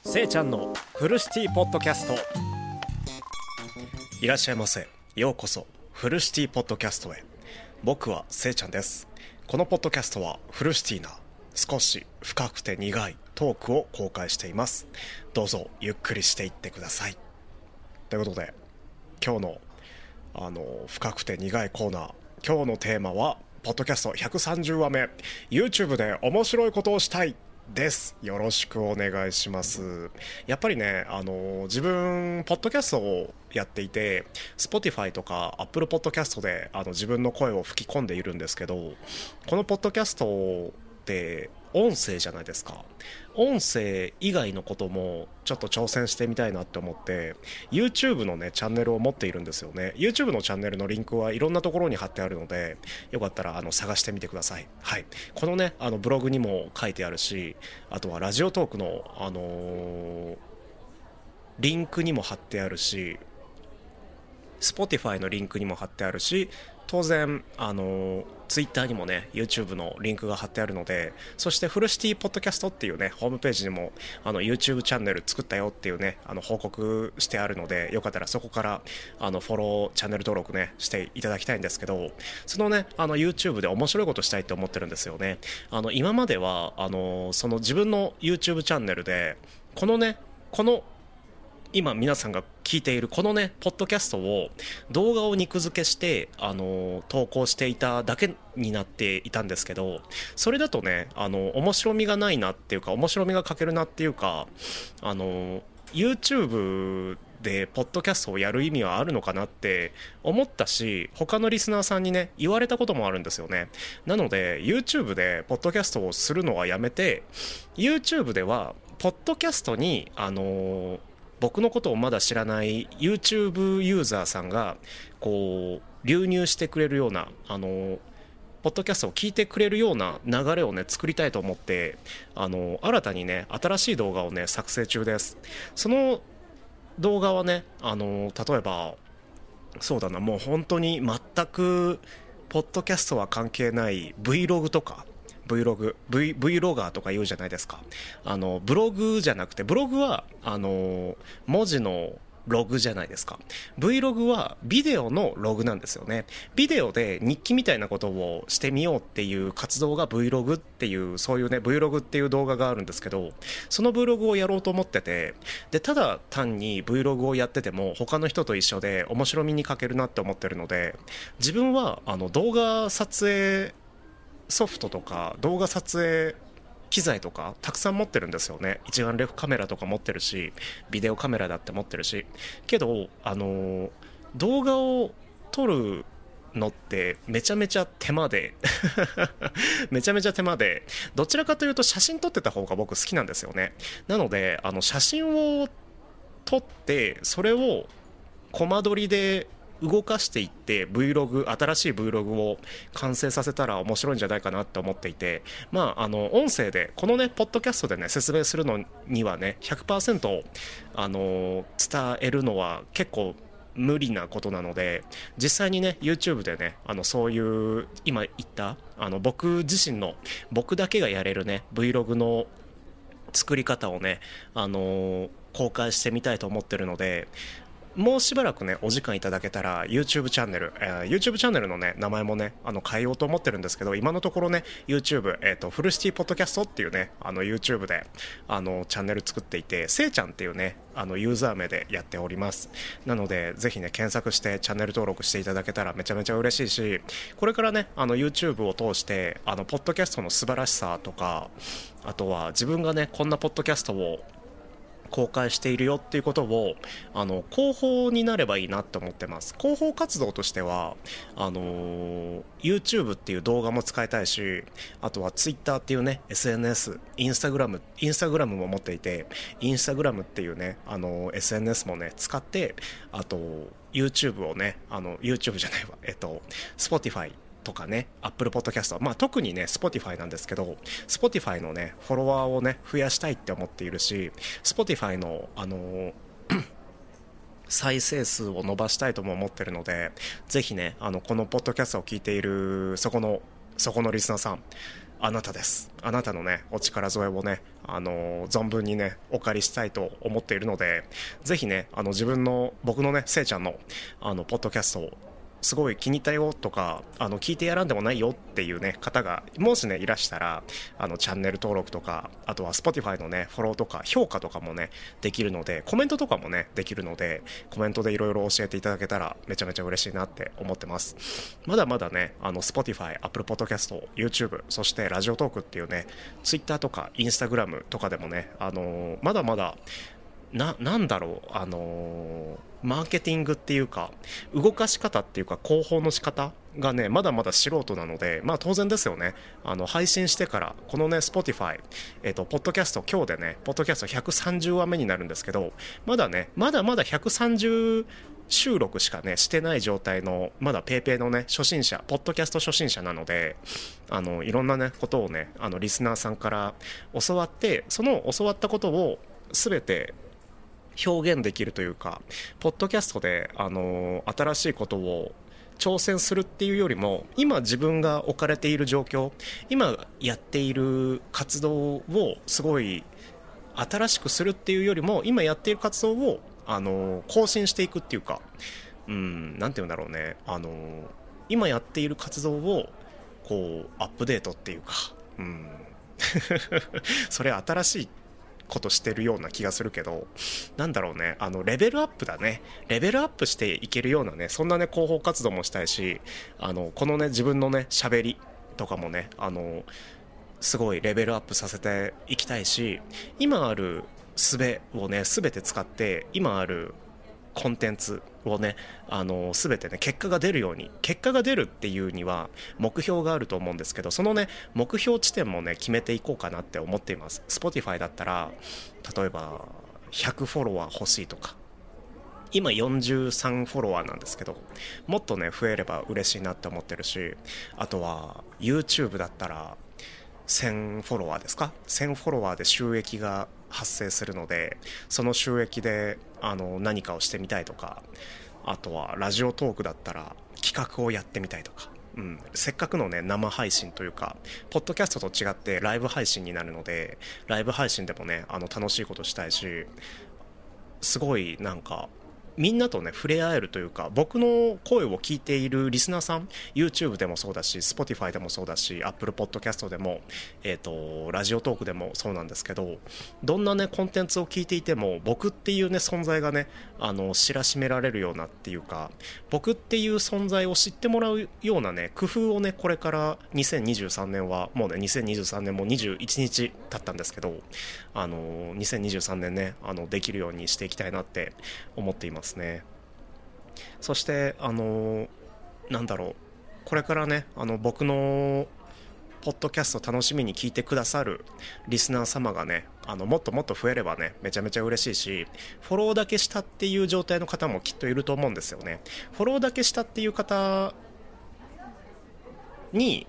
せいちゃんのフルシティポッドキャスト。いらっしゃいませ。ようこそフルシティポッドキャストへ。僕はせいちゃんです。このポッドキャストはフルシティな少し深くて苦いトークを公開しています。どうぞゆっくりしていってください。ということで今日の深くて苦いコーナー、今日のテーマはポッドキャスト130話目 YouTube で面白いことをしたいです。よろしくお願いします。やっぱりね、自分ポッドキャストをやっていて Spotify とか Apple Podcast で自分の声を吹き込んでいるんですけど、このポッドキャストって音声じゃないですか。音声以外のこともちょっと挑戦してみたいなって思って YouTube のねチャンネルを持っているんですよね。 YouTube のチャンネルのリンクはいろんなところに貼ってあるので、よかったら探してみてください。はい、このねブログにも書いてあるし、あとはラジオトークのリンクにも貼ってあるし、 Spotify のリンクにも貼ってあるし、当然Twitter にもね YouTube のリンクが貼ってあるので、そしてフルシティポッドキャストっていうねホームページにもYouTube チャンネル作ったよっていうね報告してあるので、よかったらそこからフォローチャンネル登録ねしていただきたいんですけど、そのねYouTube で面白いことしたいって思ってるんですよね。今まではその自分の YouTube チャンネルでこの今皆さんが聞いているこのねポッドキャストを動画を肉付けして投稿していただけになっていたんですけど、それだとね面白みがないなっていうか、面白みが欠けるなっていうか、YouTube でポッドキャストをやる意味はあるのかなって思ったし、他のリスナーさんにね言われたこともあるんですよね。なので YouTube でポッドキャストをするのはやめて、 YouTube ではポッドキャストに僕のことをまだ知らない YouTube ユーザーさんがこう流入してくれるようなポッドキャストを聞いてくれるような流れをね作りたいと思って、新たにね新しい動画をね作成中です。その動画はね例えばそうだな、もう本当に全くポッドキャストは関係ない Vlog とかVlogger とか言うじゃないですか。ブログじゃなくて、ブログは文字のログじゃないですか。 Vlog はビデオのログなんですよね。ビデオで日記みたいなことをしてみようっていう活動が Vlog っていう、そういうね Vlog っていう動画があるんですけど、その Vlog をやろうと思ってて、でただ単に Vlog をやってても他の人と一緒で面白みに欠けるなって思ってるので、自分は動画撮影ソフトとか動画撮影機材とかたくさん持ってるんですよね。一眼レフカメラとか持ってるし、ビデオカメラだって持ってるし、けど動画を撮るのってめちゃめちゃ手間でめちゃめちゃ手間で、どちらかというと写真撮ってた方が僕好きなんですよね。なので写真を撮ってそれをコマ撮りで動かしていって Vlog、 新しい Vlog を完成させたら面白いんじゃないかなって思っていて、音声でこのねポッドキャストでね説明するのにはね 100% 伝えるのは結構無理なことなので、実際にね YouTube でねそういう今言った僕自身の僕だけがやれるね Vlog の作り方をね公開してみたいと思ってるので、もうしばらくねお時間いただけたら YouTube チャンネル、YouTube チャンネルのね名前もね変えようと思ってるんですけど、今のところね YouTube、フルシティポッドキャストっていうねYouTube でチャンネル作っていて、せいちゃんっていうねユーザー名でやっております。なのでぜひね検索してチャンネル登録していただけたらめちゃめちゃ嬉しいし、これからねYouTube を通してポッドキャストの素晴らしさとか、あとは自分がねこんなポッドキャストを公開しているよっていうことを広報になればいいなって思ってます。広報活動としてはYouTube っていう動画も使いたいし、あとは Twitter っていうね SNS、 インスタグラムも持っていて、インスタグラムっていうねSNS もね使って、あと YouTube をねYouTube じゃないわSpotifyとかね、Apple Podcast、特にね Spotify なんですけど、Spotify のねフォロワーをね増やしたいって思っているし、Spotify の再生数を伸ばしたいとも思ってるので、ぜひねこのポッドキャストを聞いているそこのリスナーさんあなたです。あなたのねお力添えをね存分にねお借りしたいと思っているので、ぜひね僕のねせいちゃんのポッドキャストをすごい気に入ったよとか聞いてやらんでもないよっていうね方がもしねいらしたらチャンネル登録とか、あとは Spotify のねフォローとか評価とかもねできるので、コメントとかもねできるので、コメントでいろいろ教えていただけたらめちゃめちゃ嬉しいなって思ってます。まだまだねSpotify、Apple Podcast、YouTube、そしてラジオトークっていうね Twitter とか Instagram とかでもねまだまだなんだろうマーケティングっていうか動かし方っていうか広報の仕方がねまだまだ素人なので、まあ当然ですよね。配信してからこのね Spotify ポッドキャスト今日でねポッドキャスト130話目になるんですけど、まだまだ130収録しかねしてない状態のまだペーペーのね初心者、ポッドキャスト初心者なのでいろんなねことをねリスナーさんから教わって、その教わったことを全て表現できるというか、ポッドキャストで新しいことを挑戦するっていうよりも、今自分が置かれている状況、今やっている活動をすごい新しくするっていうよりも、今やっている活動を更新していくっていうか、なんていうんだろうね、今やっている活動をこうアップデートっていうか、それ新しいことしてるような気がするけど、なんだろうね、レベルアップだね。レベルアップしていけるようなね、そんなね広報活動もしたいし、このね自分のね喋りとかもねすごいレベルアップさせていきたいし、今ある術をね全て使って、今あるコンテンツをね全てね結果が出るように、結果が出るっていうには目標があると思うんですけど、そのね目標地点もね決めていこうかなって思っています。 Spotify だったら例えば100フォロワー欲しいとか、今43フォロワーなんですけど、もっとね増えれば嬉しいなって思ってるし、あとは YouTube だったら1000フォロワーですか、1000フォロワーで収益が発生するので、その収益で何かをしてみたいとか、あとはラジオトークだったら企画をやってみたいとか、せっかくのね生配信というか、ポッドキャストと違ってライブ配信になるので、ライブ配信でもね楽しいことしたいし、すごいなんかみんなとね触れ合えるというか、僕の声を聞いているリスナーさん、 YouTube でもそうだし Spotify でもそうだし Apple Podcast でもラジオトークでもそうなんですけど、どんなねコンテンツを聞いていても僕っていうね存在がね知らしめられるようなっていうか、僕っていう存在を知ってもらうようなね工夫をねこれから2023年はもうね2023年も21日経ったんですけど、2023年ねできるようにしていきたいなって思っていますね。そしてなんだろう、これからね僕のポッドキャスト楽しみに聞いてくださるリスナー様がねもっともっと増えればねめちゃめちゃ嬉しいし、フォローだけしたっていう状態の方もきっといると思うんですよね。フォローだけしたっていう方に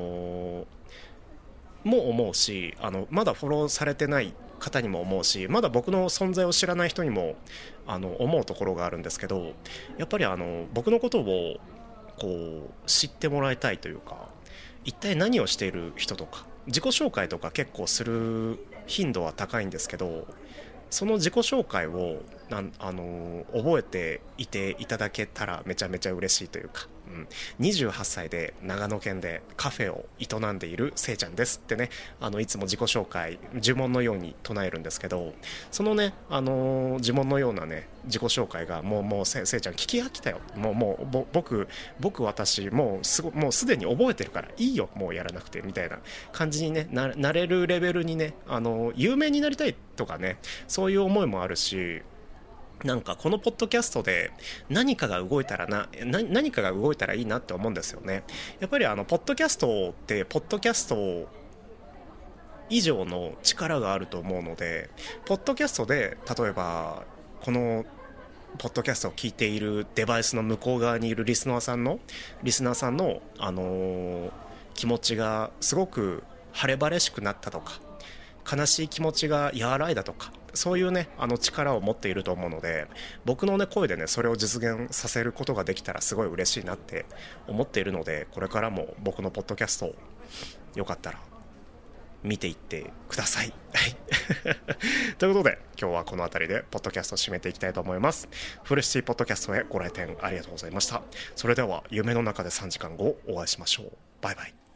も思うし、まだフォローされてない方にも思うし、まだ僕の存在を知らない人にも思うところがあるんですけど、やっぱり僕のことをこう知ってもらいたいというか、一体何をしている人とか、自己紹介とか結構する頻度は高いんですけど、その自己紹介を覚えていていただけたらめちゃめちゃ嬉しいというか、28歳で長野県でカフェを営んでいるせいちゃんですってねいつも自己紹介呪文のように唱えるんですけど、そのね呪文のようなね自己紹介がもうせいちゃん聞き飽きたよ、私もうすでに覚えてるからいいよ、もうやらなくてみたいな感じにねなれるレベルにね有名になりたいとかね、そういう思いもあるし、なんかこのポッドキャストで何かが動いたらいいなって思うんですよね。やっぱりポッドキャストってポッドキャスト以上の力があると思うので、ポッドキャストで例えばこのポッドキャストを聞いているデバイスの向こう側にいるリスナーさんの気持ちがすごく晴れ晴れしくなったとか、悲しい気持ちが和らいだとか、そういうね力を持っていると思うので、僕のね声でねそれを実現させることができたらすごい嬉しいなって思っているので、これからも僕のポッドキャストをよかったら見ていってください。はいということで今日はこの辺りでポッドキャストを締めていきたいと思います。フルシティポッドキャストへご来店ありがとうございました。それでは夢の中で3時間後お会いしましょう。バイバイ。